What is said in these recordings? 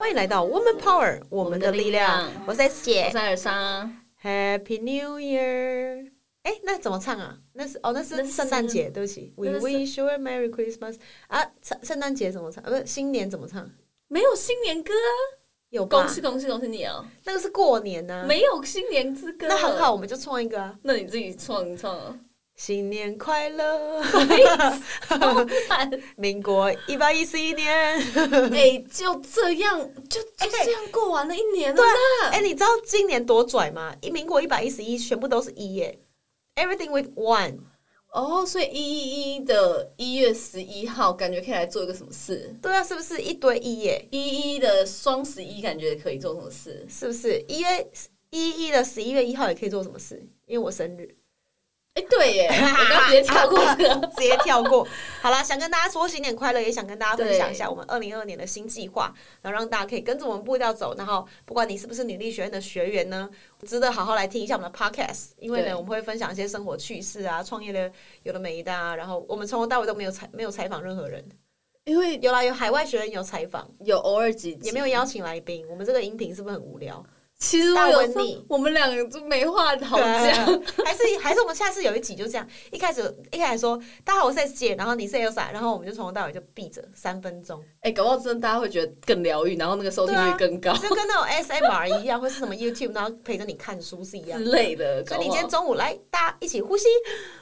欢迎来到 Woman Power 我们的力量，我是 S 姐， 我是尔莎。 Happy New Year。 那怎么唱啊？那是圣诞节，对不起。 We wish you a Merry Christmas 啊，圣诞节怎么唱？不是新年怎么唱？ 没有新年歌啊。 有吧？ 恭喜恭喜恭喜你哦！ 那个是过年啊， 没有新年之歌。 那很好，我们就创一个啊。 那你自己创一创啊。 新年快乐！民国111年。 就这样，就这样过完了一年了。 对，你知道今年多拽吗？民国111全部都是1耶 ，Everything with one。 哦，所以111的1月11号，感觉可以来做一个什么事？ 对啊，是不是一堆1耶 ？111的双11，感觉可以做什么事？ 是不是111的11月1号也可以做什么事？因为我生日。 对耶，我刚直接跳过这个， 直接跳过。好啦，想跟大家说新年快乐，也想跟大家分享一下我们2022年的新计划，然后让大家可以跟着我们步调走。然后，不管你是不是女力学院的学员呢，值得好好来听一下我们的 podcast， 因为呢，我们会分享一些生活趣事啊、创业的有的没的啊。然后，我们从头到尾都没有采访任何人， 因为有海外学员有采访， 有偶尔几集， 也没有邀请来宾。我们这个音频是不是很无聊？ 其实我们两个就没话好讲， 还是我们下次有一集就这样，一开始说大家好，我是 S 姐，然后你是 Elsa， 然后我们就从头到尾就闭着3分钟。 搞不好真的大家会觉得更疗愈，然后那个收听率更高， 就跟那种 ASMR 一样，或是什么 YouTube， 然后陪着你看书是一样之类的。 所以你今天中午来，大家一起呼吸。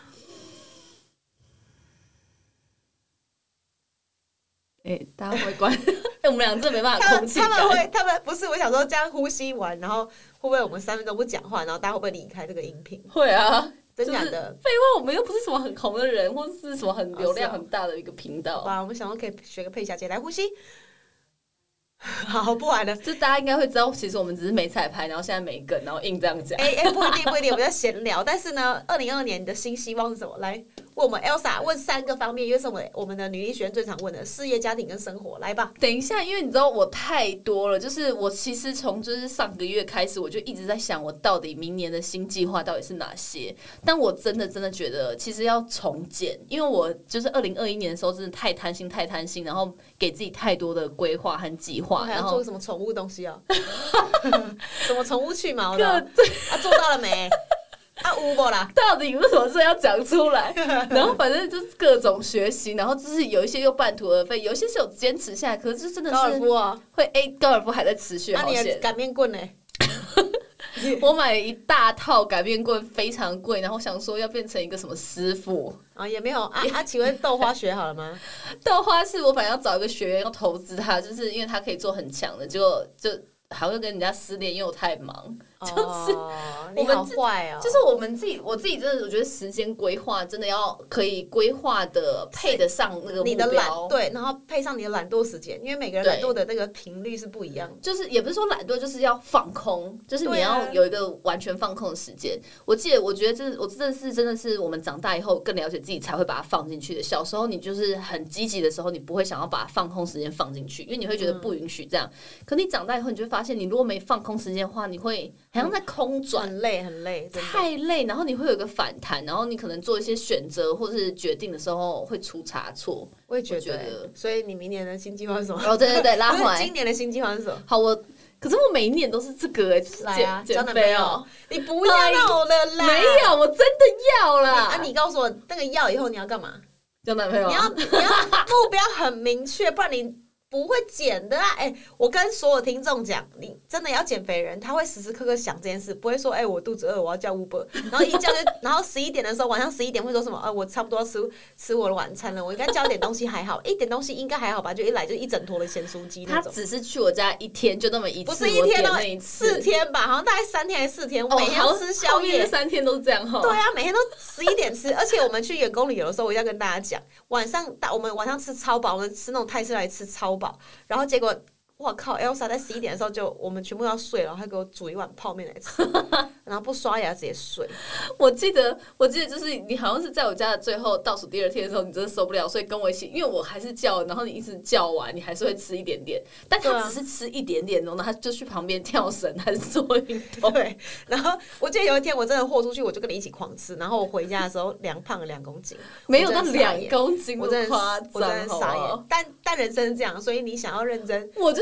大家会关我们俩真的没办法空气感。 他们不是，我想说这样呼吸完，然后会不会我们3分钟不讲话，然后大家会不会离开这个音频？ 会啊， 真假的？ 废话，我们又不是什么很红的人，或是什么很流量很大的一个频道。 好吧，我们想说可以学个佩霞姐来呼吸。好，不玩了。 就大家应该会知道，其实我们只是没彩排，然后现在没梗，然后硬这样讲。 不一定，我们在闲聊。但是呢，2022年的新希望是什么？来问我们 Elsa， 问3个方面，因为是我们的女力学院最常问的事业、家庭跟生活。来吧。 等一下，因为你知道我太多了，就是我其实从就是上个月开始，我就一直在想，我到底明年的新计划到底是哪些？但我真的觉得，其实要重建，因为我就是2021年的时候，真的太贪心，然后给自己太多的规划和计划。 还要做什么宠物东西啊？什么宠物去毛的？做到了没？有没啦？ 到底为什么这要讲出来？然后反正就是各种学习，然后就是有一些又半途而废，有一些是有坚持下来，可是真的是高尔夫啊， 高尔夫还在持续。 那你的擀面棍呢？ 我买了一大套擀面棍，非常贵，然后想说要变成一个什么师傅也没有请问豆花学好了吗？ 豆花是我本来要找一个学员要投资他，就是因为他可以做很强的，结果就还会跟人家撕裂，因为我太忙。就是你好坏哦， 就是我自己真的，我觉得时间规划真的要可以规划的配得上那个目标， 你的对，然后配上你的懒惰时间，因为每个人懒惰的那个频率是不一样的。 就是也不是说懒惰，就是要放空，就是你要有一个完全放空的时间。我觉得我真的是我们长大以后更了解自己才会把它放进去的。小时候你就是很积极的时候，你不会想要把放空时间放进去，因为你会觉得不允许这样。可你长大以后，你就会发现，你如果没放空时间的话，你会好像在空转， 很累， 太累，然后你会有一个反弹，然后你可能做一些选择或是决定的时候会出差错。 我也觉得，所以你明年的新计划是什么？ 对，拉回来。 今年的新计划是什么？ 好，可是我每一年都是这个来啊， 减肥哦！ 你不要闹了啦！ 没有，我真的要啦！ 你告诉我那个要以后你要干嘛？ 交男朋友？ 你要目标很明确，不然你不会减的啊！我跟所有听众讲，你真的要减肥人，他会时时刻刻想这件事，不会说我肚子饿，我要叫 Uber， 然后一叫然后11点的时候，晚上11点会说什么？我差不多要吃我的晚餐了，我应该叫一点东西还好，一点东西应该还好吧？就一来就一整坨的咸酥鸡那种。 他只是去我家1天，就那么一次， 不是1天哦，4天吧，好像大概3天还是4天，我每天要吃宵夜。 3天都是这样哈。 对啊，每天都11点吃，而且我们去员工旅游的时候，我一定要跟大家讲，我们晚上吃超饱，我们吃那种泰式来吃超饱，然后结果哇靠 ，Elsa 在11点的时候我们全部要睡了，他给我煮一碗泡面来吃，然后不刷牙直接睡。 我记得就是你好像是在我家的最后倒数第2天的时候，你真的受不了，所以跟我一起，因为我还是叫，然后你一直叫完，你还是会吃一点点，但他只是吃一点点，然后他就去旁边跳绳还是做运动。 对，然后我记得有一天我真的豁出去，我就跟你一起狂吃，然后我回家的时候胖了2公斤， 没有到2公斤， 我真的傻眼。但人生是这样，所以你想要认真， 我就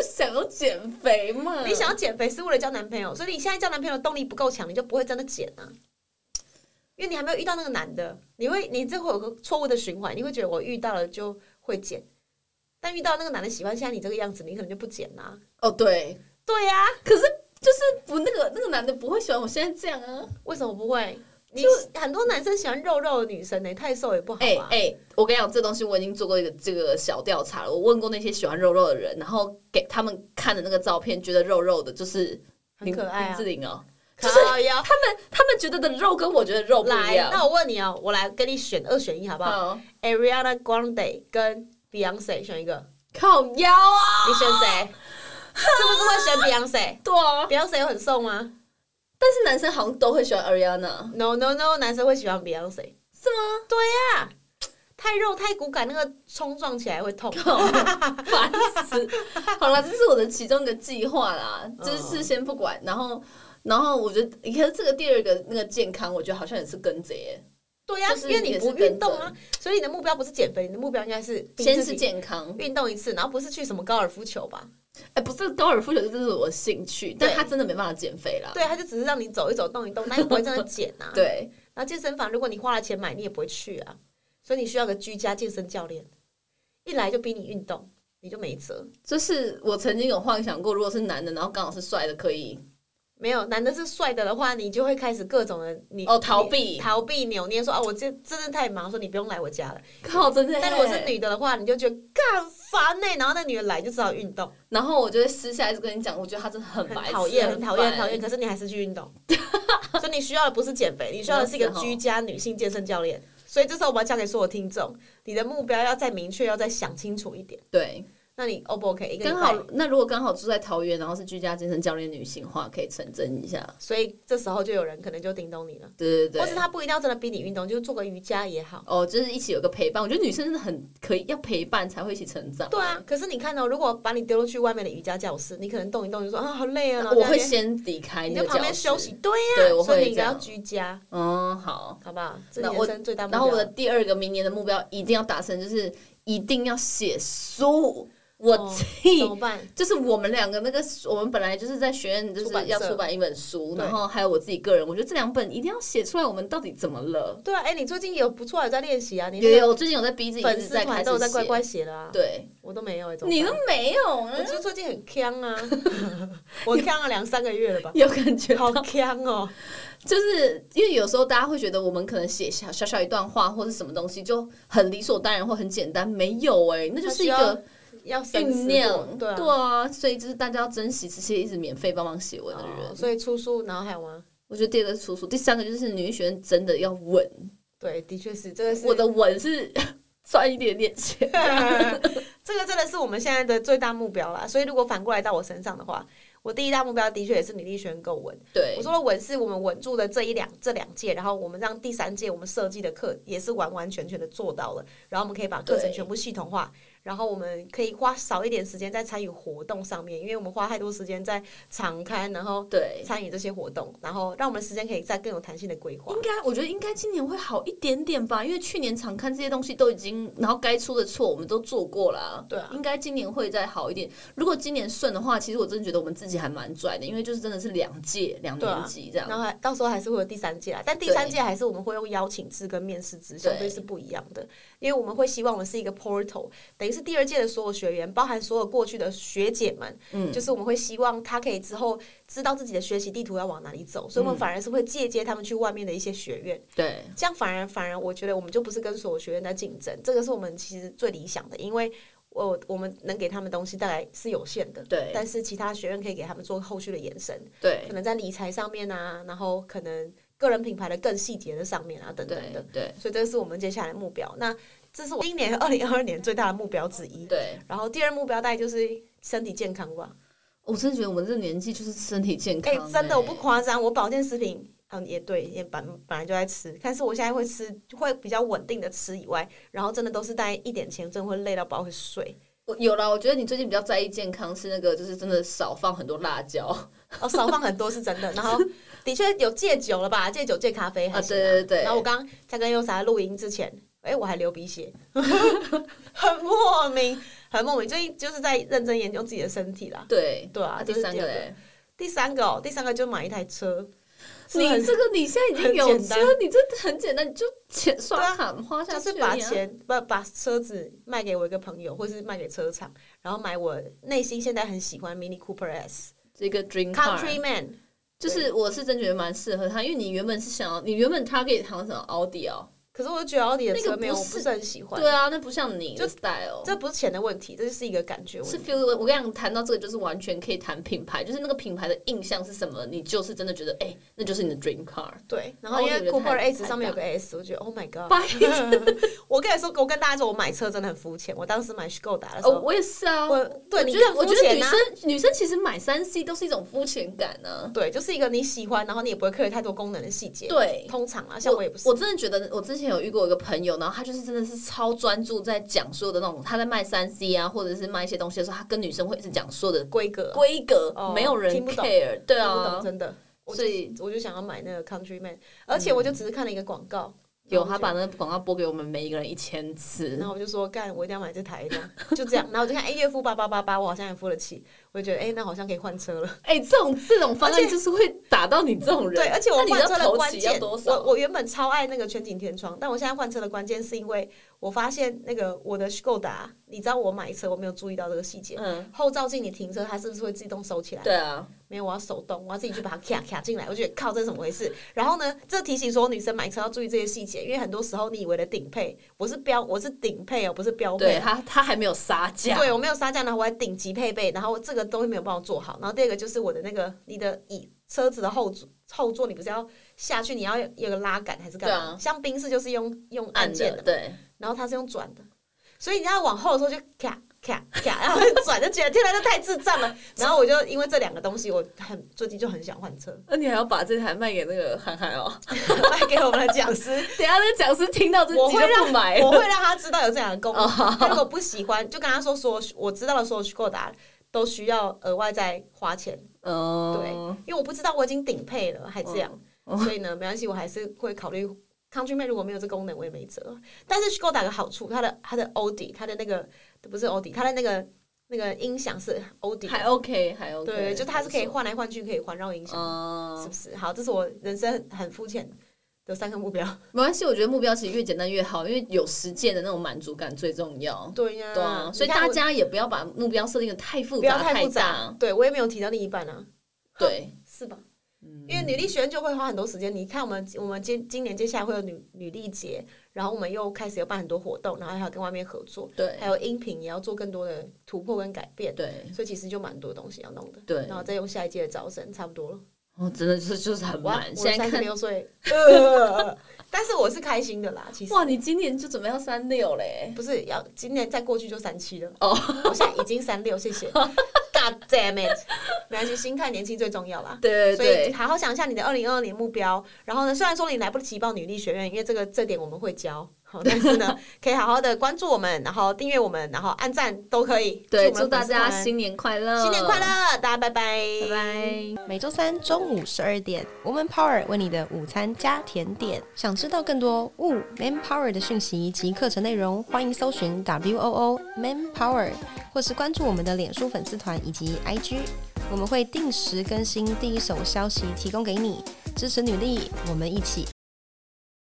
想要减肥嘛。 你想要减肥是为了交男朋友，所以你现在交男朋友的动力不够强，你就不会真的减啊。因为你还没有遇到那个男的，你这会有个错误的循环，你会觉得我遇到了就会减，但遇到那个男的喜欢现在你这个样子，你可能就不减啦。 哦，对， 对呀、 可是就是不那个男的不会喜欢我现在这样啊。 为什么不会？很多男生喜欢肉肉的女生呢、太瘦也不好啊。 我跟你讲，这东西我已经做过一个这个小调查了。我问过那些喜欢肉肉的人，然后给他们看的那个照片，觉得肉肉的就是很可爱啊林志玲哦。 就是他们觉得的肉跟我觉得肉不一样。 那我问你哦，我来跟你选2选1好不好？Ariana Grande 跟 Beyonce 选一个。 靠腰啊！ 你选谁？是不是会选 Beyonce？ 对啊 ，Beyonce 有很瘦吗？ 但是男生好像都会喜欢 Ariana。No No， 男生会喜欢 Beyonce。 是吗？ 对呀、太肉太骨感，那个冲撞起来会痛。 烦死！好了，这是我的其中一个计划啦，就是先不管，然后我觉得，你看这个第二个那个健康，我觉得好像也是跟着耶。 对呀、因为你不运动啊，所以你的目标不是减肥，你的目标应该是先是健康， 运动一次，然后不是去什么高尔夫球吧？ 不是高尔夫球，这是我的兴趣，但他真的没办法减肥啦。 对，他就只是让你走一走、动一动，那又不会真的减啊。 对， 然后健身房，如果你花了钱买，你也不会去啊，所以你需要个居家健身教练，一来就逼你运动，你就没辙。 就是我曾经有幻想过，如果是男的，然后刚好是帅的，可以。 没有，男的是帅的话，你就会开始各种的逃避扭捏说啊，我真的太忙，说你不用来我家了。 靠，真的。 但如果是女的的话，你就觉得干烦呢，然后那女的来就只好运动， 然后我就会私下一直跟你讲，我觉得他真的很白痴， 讨厌，可是你还是去运动，所以你需要的不是减肥，你需要的是一个居家女性健身教练。所以这时候我们要讲给所有听众，你的目标要再明确，要再想清楚一点。 对。 那你 O 不 OK？ 一个礼拜刚好，那如果刚好住在桃园，然后是居家健身教练女性化，可以成真一下。 所以这时候就有人可能就叮咚你了， 对对对， 或是他不一定要真的逼你运动，就做个瑜伽也好。 哦，就是一起有个陪伴，我觉得女生真的很可以，要陪伴才会一起成长。 对啊，可是你看哦，如果把你丢去外面的瑜伽教室，你可能动一动就说啊好累啊， 我会先离开那个教室， 你在旁边休息。对呀， 所以你应该要居家。 好不好？这人生最大目标。 然后我的第二个明年的目标一定要达成，就是一定要写书。我怎么办？ 就是我们两个那个，我们本来就是在学院，就是要出版一本书，然后还有我自己个人，我觉得这2本一定要写出来，我们到底怎么了？ 对啊，你最近有不错，有在练习啊？你有，我最近有在逼自己， 粉丝团都有在乖乖写了啊。 对， 我都没有你都没有啊？ 我就最近很呛啊，我呛了2-3个月了吧？ 有感觉好呛哦。 就是因为有时候大家会觉得我们可能写小小一段话或是什么东西就很理所当然或很简单，没有那就是一个。 要酝酿， 对啊，所以就是大家要珍惜这些一直免费帮忙写文的人。 所以出书，然后还有吗？ 我觉得第2个是出书，第3个就是女学院真的要稳。 对，的确是，这个是我的稳是赚一点点钱， 这个真的是我们现在的最大目标啦。所以如果反过来到我身上的话，我第一大目标的确也是女力学院够稳。 对， 我说的稳是我们稳住的这2届，然后我们让第3届我们设计的课也是完完全全的做到了，然后我们可以把课程全部系统化。然后我们可以花少一点时间在参与活动上面，因为我们花太多时间在场刊，然后参与这些活动，然后让我们时间可以再更有弹性的规划。 我觉得应该今年会好一点点吧，因为去年场刊这些东西都已经，然后该出的错我们都做过了。 对啊， 应该今年会再好一点。如果今年顺的话，其实我真的觉得我们自己还蛮拽的，因为就是真的是2年级这样。 然后到时候还是会有第3届啦，但第3届还是我们会用邀请制跟面试制，相对是不一样的，因为我们会希望我们是一个 portal， 等于是第2届的所有学员，包含所有过去的学姐们，就是我们会希望他可以之后知道自己的学习地图要往哪里走，所以我们反而是会借接他们去外面的一些学院， 对， 这样反而我觉得我们就不是跟所有学院在竞争，这个是我们其实最理想的，因为我们能给他们东西大概是有限的， 对， 但是其他学院可以给他们做后续的延伸， 对， 可能在理财上面啊，然后可能个人品牌的更细节的上面啊，等等的， 对， 所以这是我们接下来的目标。那这是我今年2022年最大的目标之一。 对， 然后第2目标大概就是身体健康吧。 我真的觉得我们这个年纪就是身体健康。 真的我不夸张，我保健食品，也对，也本来就在吃，但是我现在会吃，会比较稳定的吃以外，然后真的都是带一点钱，真的会累到饱，会睡。 有啦，我觉得你最近比较在意健康，是那个就是真的少放很多辣椒。 少放很多是真的，然后的确有戒酒了吧，戒酒戒咖啡还行对。 然后我刚刚在跟优莎录音之前。我还流鼻血，很莫名。 很莫名。最近就是在认真研究自己的身体啦。 对对啊， 第三个嘞， 第三个就买一台车。 你这个你现在已经有车，你真的很简单，你就钱刷卡花下去， 就是把车子卖给我一个朋友，或是卖给车厂，然后买我内心现在很喜欢 Mini Cooper S 这个 Dream Car Countryman。 就是我是真觉得蛮适合他，因为你原本是想要，你原本 target 好像什么奥迪哦。 可是我就觉得奥迪的车没有，我不是很喜欢。 对啊，那不像你的 style， 这不是钱的问题，这就是一个感觉问题。 是 feel。我跟你讲，谈到这个就是完全可以谈品牌，就是那个品牌的印象是什么，你就是真的觉得，那就是你的 dream car。 对，然后因为 Cooper S 上面有个 S， 我觉得 Oh my God。我跟你说，我跟大家说，我买车真的很肤浅。我当时买 Skoda 的时候， 我也是啊。 对， 我觉得女生其实买3C 都是一种肤浅感呢。 对，就是一个你喜欢，然后你也不会刻意太多功能的细节。 对， 通常啊，像我也不是。 我真的觉得，我之前有遇过一个朋友，然后他就是真的是超专注在讲所有的那种，他在卖3C 啊，或者是卖一些东西的时候，他跟女生会一直讲所有的规格， 没有人 care， 对啊， 听不懂真的。所以我就想要买那个 Countryman， 而且我就只是看了一个广告。 他把那个广告播给我们每一个人1000次， 然后我就说干，我一定要买这台，这样就这样。然后我就看，月付8888，我好像也付得起，我就觉得那好像可以换车了。 这种方案就是会打到你这种人。 对，而且我换车的关键， 多少？ 我原本超爱那个全景天窗，但我现在换车的关键是因为我发现那个我的 Skoda， 你知道我买车我没有注意到这个细节，后照镜你停车它是不是会自动收起来？ 对啊。 没有，我要手动，我要自己去把它卡进来。我觉得靠，这是怎么回事？然后呢，这提醒所有女生买车要注意这些细节，因为很多时候你以为的顶配，我是顶配哦，不是标配。 对，他还没有杀价。 对，我没有杀价，然后我还顶级配备，然后这个东西没有帮我做好。然后第二个就是我的那个你的车子的后座，你不是要下去，你要有个拉杆还是干嘛？ 啊、 像宾士就是用按键的， 对， 然后它是用转的，所以你要往后的时候就卡。然后转就觉得天哪，这太智障了。然后我就因为这两个东西，我最近就很想换车。 那你还要把这台卖给那个涵涵哦， 卖给我们的讲师。 等一下那个讲师听到这集就不买了。 我会让他知道有这样的功能。他如果不喜欢，就跟他说我知道的所有Skoda都需要额外再花钱。对，因为我不知道我已经顶配了，还这样，所以呢，没关系，我还是会考虑。Countryman 如果没有这功能，我也没辙。但是 Skoda 的好处，它的 Audi， 它的那个不是 Audi， 它的那个音响是 Audi， 还 OK。 对，就它是可以换来换去，可以环绕音响，是不是？好，这是我人生很肤浅的3个目标。 没关系，我觉得目标其实越简单越好，因为有实践的那种满足感最重要。 对呀， 对啊，所以大家也不要把目标设定的太复杂太大。 对，我也没有提到另一半啊。 对， 是吧？因为女力学院就会花很多时间，你看我们今年接下来会有女力节，然后我们又开始有办很多活动，然后还有跟外面合作， 对， 还有音频也要做更多的突破跟改变， 对， 所以其实就蛮多东西要弄的， 对， 然后再用下一届的招生，差不多了。 真的就是很满。 我36岁，但是我是开心的啦。其实哇，你今年就准备要36嘞？ 不是，今年再过去就37了。我现在已经36，谢谢。God damn it！ 没关系，心态年轻最重要啦。 对， 所以好好想一下你的2022年目标。然后呢，虽然说你来不及报女力学院，因为这点我们会教。但是呢，可以好好的关注我们，然后订阅我们，然后按赞都可以。 对，祝大家新年快乐！ 新年快乐，大家拜拜， 拜拜。 每周三中午12点 ，Woman Power 为你的午餐加甜点。想知道更多Man Power 的讯息及课程内容，欢迎搜寻 WOO Man Power， 或是关注我们的脸书粉丝团以及 IG， 我们会定时更新第一手消息提供给你，支持女力，我们一起